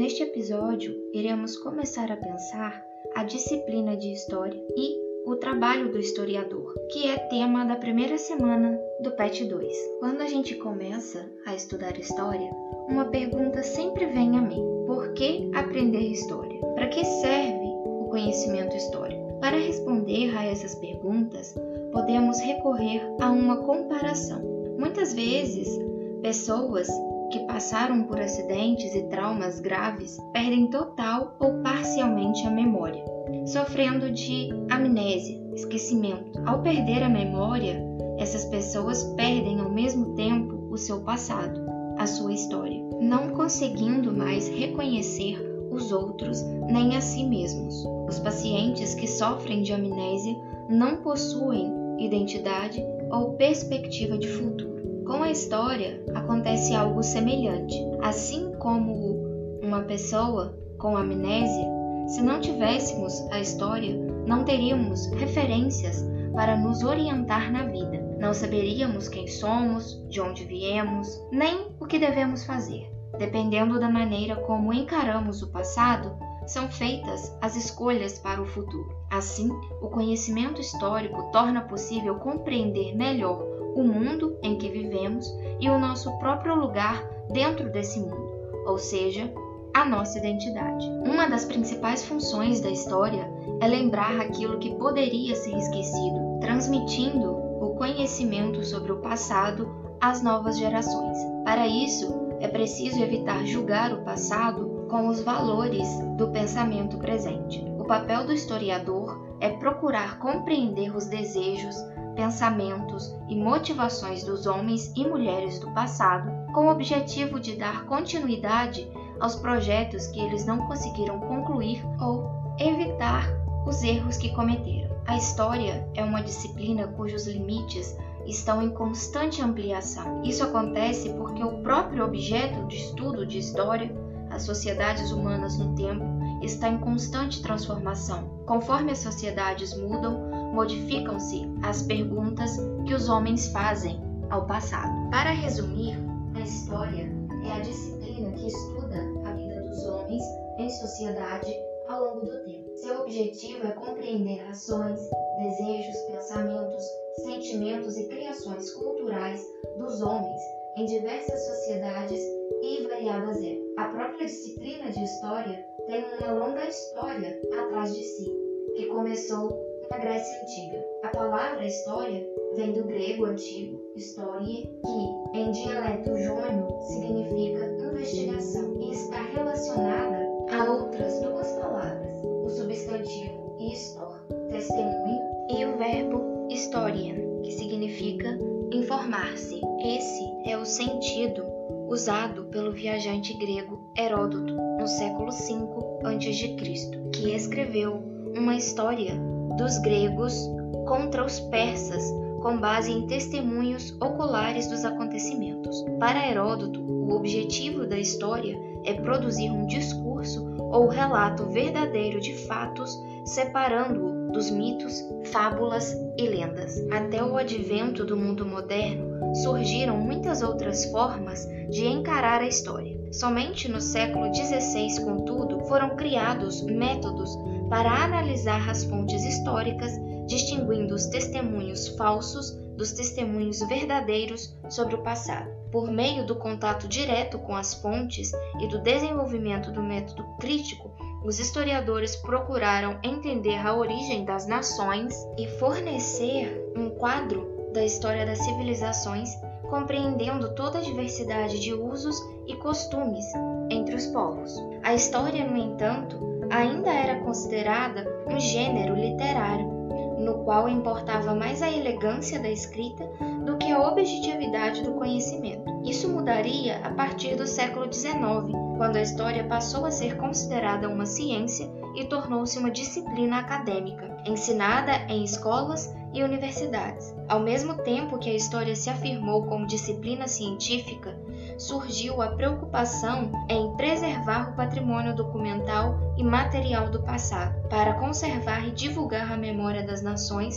Neste episódio, iremos começar a pensar a disciplina de História e o trabalho do historiador, que é tema da primeira semana do PET 2. Quando a gente começa a estudar História, uma pergunta sempre vem à mente: por que aprender História? Para que serve o conhecimento histórico? Para responder a essas perguntas, podemos recorrer a uma comparação. Muitas vezes, pessoas que passaram por acidentes e traumas graves perdem total ou parcialmente a memória, sofrendo de amnésia, esquecimento. Ao perder a memória, essas pessoas perdem ao mesmo tempo o seu passado, a sua história, não conseguindo mais reconhecer os outros nem a si mesmos. Os pacientes que sofrem de amnésia não possuem identidade ou perspectiva de futuro. Com a história, acontece algo semelhante. Assim como uma pessoa com amnésia, se não tivéssemos a história, não teríamos referências para nos orientar na vida. Não saberíamos quem somos, de onde viemos, nem o que devemos fazer. Dependendo da maneira como encaramos o passado, são feitas as escolhas para o futuro. Assim, o conhecimento histórico torna possível compreender melhor o mundo em que vivemos e o nosso próprio lugar dentro desse mundo, ou seja, a nossa identidade. Uma das principais funções da história é lembrar aquilo que poderia ser esquecido, transmitindo o conhecimento sobre o passado às novas gerações. Para isso, é preciso evitar julgar o passado com os valores do pensamento presente. O papel do historiador é procurar compreender os desejos, pensamentos e motivações dos homens e mulheres do passado, com o objetivo de dar continuidade aos projetos que eles não conseguiram concluir ou evitar os erros que cometeram. A história é uma disciplina cujos limites estão em constante ampliação. Isso acontece porque o próprio objeto de estudo de história, as sociedades humanas no tempo, está em constante transformação. Conforme as sociedades mudam, modificam-se as perguntas que os homens fazem ao passado. Para resumir, a história é a disciplina que estuda a vida dos homens em sociedade ao longo do tempo. Seu objetivo é compreender ações, desejos, pensamentos, sentimentos e criações culturais dos homens em diversas sociedades e variadas épocas. A própria disciplina de história tem uma longa história atrás de si, que começou na Grécia Antiga. A palavra história vem do grego antigo, historie, que, em dialeto jônio, significa investigação e está relacionada a outras duas palavras, o substantivo histor, testemunho, e o verbo historien, que significa informar-se. Esse é o sentido usado pelo viajante grego Heródoto no século V a.C., que escreveu uma história dos gregos contra os persas com base em testemunhos oculares dos acontecimentos. Para Heródoto, o objetivo da história é produzir um discurso ou relato verdadeiro de fatos, separando-o dos mitos, fábulas e lendas. Até o advento do mundo moderno, surgiram muitas outras formas de encarar a história. Somente no século XVI, contudo, foram criados métodos para analisar as fontes históricas, distinguindo os testemunhos falsos dos testemunhos verdadeiros sobre o passado. Por meio do contato direto com as fontes e do desenvolvimento do método crítico, os historiadores procuraram entender a origem das nações e fornecer um quadro da história das civilizações, compreendendo toda a diversidade de usos e costumes entre os povos. A história, no entanto, ainda era considerada um gênero literário, no qual importava mais a elegância da escrita do que a objetividade do conhecimento. Isso mudaria a partir do século XIX, quando a história passou a ser considerada uma ciência e tornou-se uma disciplina acadêmica, ensinada em escolas e universidades. Ao mesmo tempo que a história se afirmou como disciplina científica, surgiu a preocupação em preservar o patrimônio documental e material do passado. Para conservar e divulgar a memória das nações,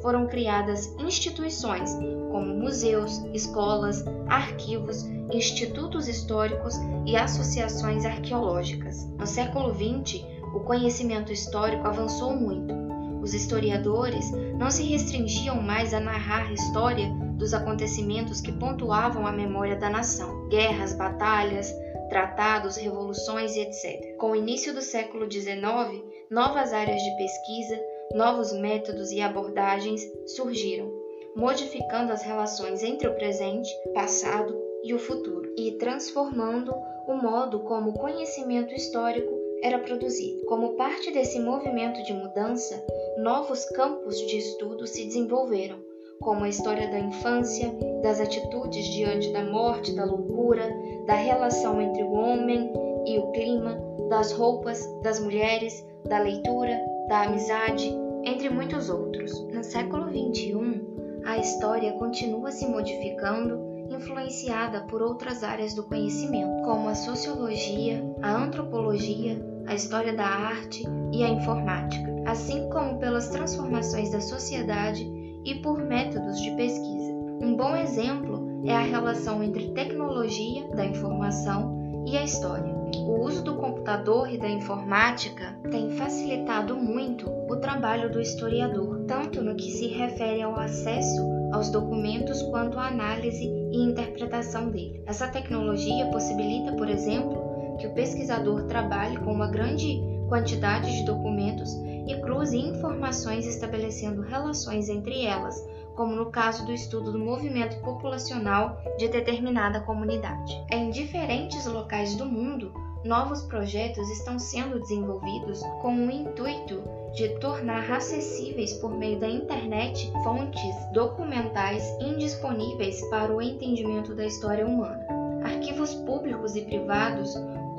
foram criadas instituições como museus, escolas, arquivos, institutos históricos e associações arqueológicas. No século XX, o conhecimento histórico avançou muito. Os historiadores não se restringiam mais a narrar a história dos acontecimentos que pontuavam a memória da nação, guerras, batalhas, tratados, revoluções e etc. Com o início do século XIX, novas áreas de pesquisa, novos métodos e abordagens surgiram, modificando as relações entre o presente, passado e o futuro, e transformando o modo como o conhecimento histórico era produzido. Como parte desse movimento de mudança, novos campos de estudo se desenvolveram, como a história da infância, das atitudes diante da morte, da loucura, da relação entre o homem e o clima, das roupas, das mulheres, da leitura, da amizade, entre muitos outros. No século XXI, a história continua se modificando, influenciada por outras áreas do conhecimento, como a sociologia, a antropologia, a história da arte e a informática, assim como pelas transformações da sociedade e por métodos de pesquisa. Um bom exemplo é a relação entre tecnologia da informação e a história. O uso do computador e da informática tem facilitado muito o trabalho do historiador, tanto no que se refere ao acesso aos documentos quanto à análise e interpretação dele. Essa tecnologia possibilita, por exemplo, que o pesquisador trabalhe com uma grande quantidade de documentos e cruze informações estabelecendo relações entre elas, como no caso do estudo do movimento populacional de determinada comunidade. Em diferentes locais do mundo, novos projetos estão sendo desenvolvidos com o intuito de tornar acessíveis por meio da internet fontes documentais indisponíveis para o entendimento da história humana. Arquivos públicos e privados,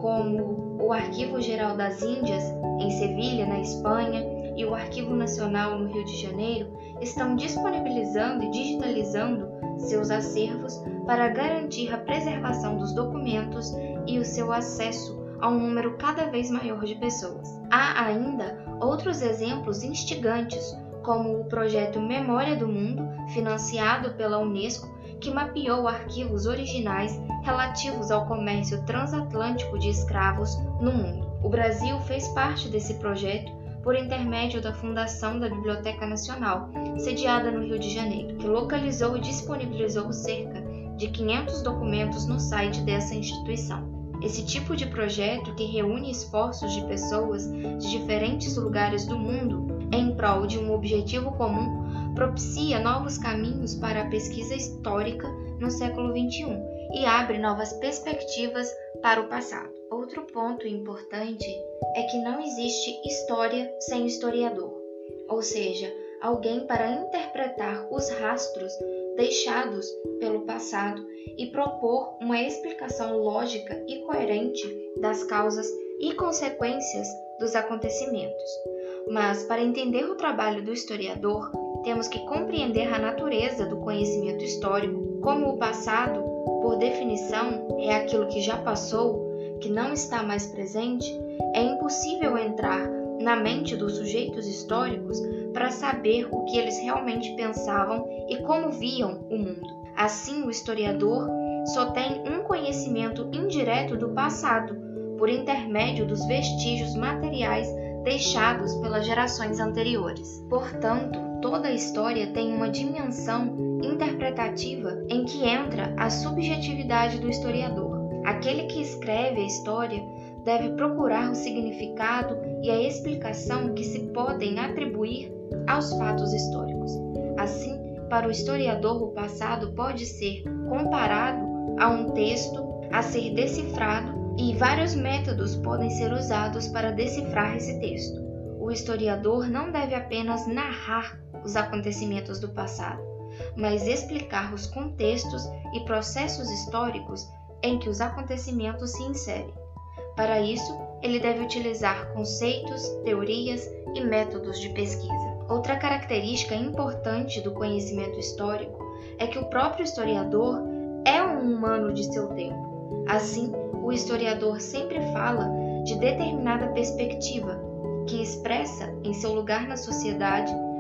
como o Arquivo Geral das Índias, em Sevilha, na Espanha, e o Arquivo Nacional, no Rio de Janeiro, estão disponibilizando e digitalizando seus acervos para garantir a preservação dos documentos e o seu acesso a um número cada vez maior de pessoas. Há ainda outros exemplos instigantes, como o projeto Memória do Mundo, financiado pela Unesco, que mapeou arquivos originais relativos ao comércio transatlântico de escravos no mundo. O Brasil fez parte desse projeto por intermédio da Fundação da Biblioteca Nacional, sediada no Rio de Janeiro, que localizou e disponibilizou cerca de 500 documentos no site dessa instituição. Esse tipo de projeto, que reúne esforços de pessoas de diferentes lugares do mundo em prol de um objetivo comum, propicia novos caminhos para a pesquisa histórica no século XXI e abre novas perspectivas para o passado. Outro ponto importante é que não existe história sem historiador, ou seja, alguém para interpretar os rastros deixados pelo passado e propor uma explicação lógica e coerente das causas e consequências dos acontecimentos. Mas, para entender o trabalho do historiador, temos que compreender a natureza do conhecimento histórico, como o passado, por definição, é aquilo que já passou, que não está mais presente. É impossível entrar na mente dos sujeitos históricos para saber o que eles realmente pensavam e como viam o mundo. Assim, o historiador só tem um conhecimento indireto do passado, por intermédio dos vestígios materiais deixados pelas gerações anteriores. Portanto, toda a história tem uma dimensão interpretativa em que entra a subjetividade do historiador. Aquele que escreve a história deve procurar o significado e a explicação que se podem atribuir aos fatos históricos. Assim, para o historiador, o passado pode ser comparado a um texto a ser decifrado e vários métodos podem ser usados para decifrar esse texto. O historiador não deve apenas narrar os acontecimentos do passado, mas explicar os contextos e processos históricos em que os acontecimentos se inserem. Para isso, ele deve utilizar conceitos, teorias e métodos de pesquisa. Outra característica importante do conhecimento histórico é que o próprio historiador é um humano de seu tempo. Assim, o historiador sempre fala de determinada perspectiva, que expressa, em seu lugar na sociedade,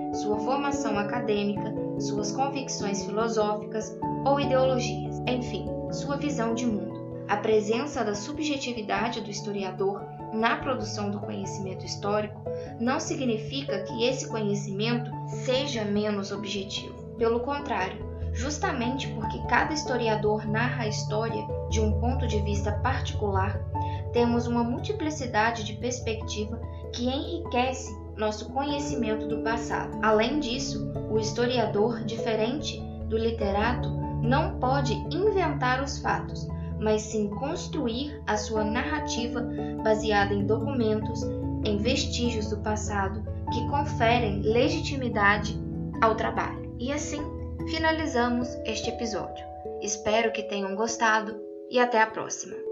sua formação acadêmica, suas convicções filosóficas ou ideologias, enfim, sua visão de mundo. A presença da subjetividade do historiador na produção do conhecimento histórico não significa que esse conhecimento seja menos objetivo. Pelo contrário, justamente porque cada historiador narra a história de um ponto de vista particular, temos uma multiplicidade de perspectiva que enriquece nosso conhecimento do passado. Além disso, o historiador, diferente do literato, não pode inventar os fatos, mas sim construir a sua narrativa baseada em documentos, em vestígios do passado que conferem legitimidade ao trabalho. E assim, finalizamos este episódio. Espero que tenham gostado e até a próxima!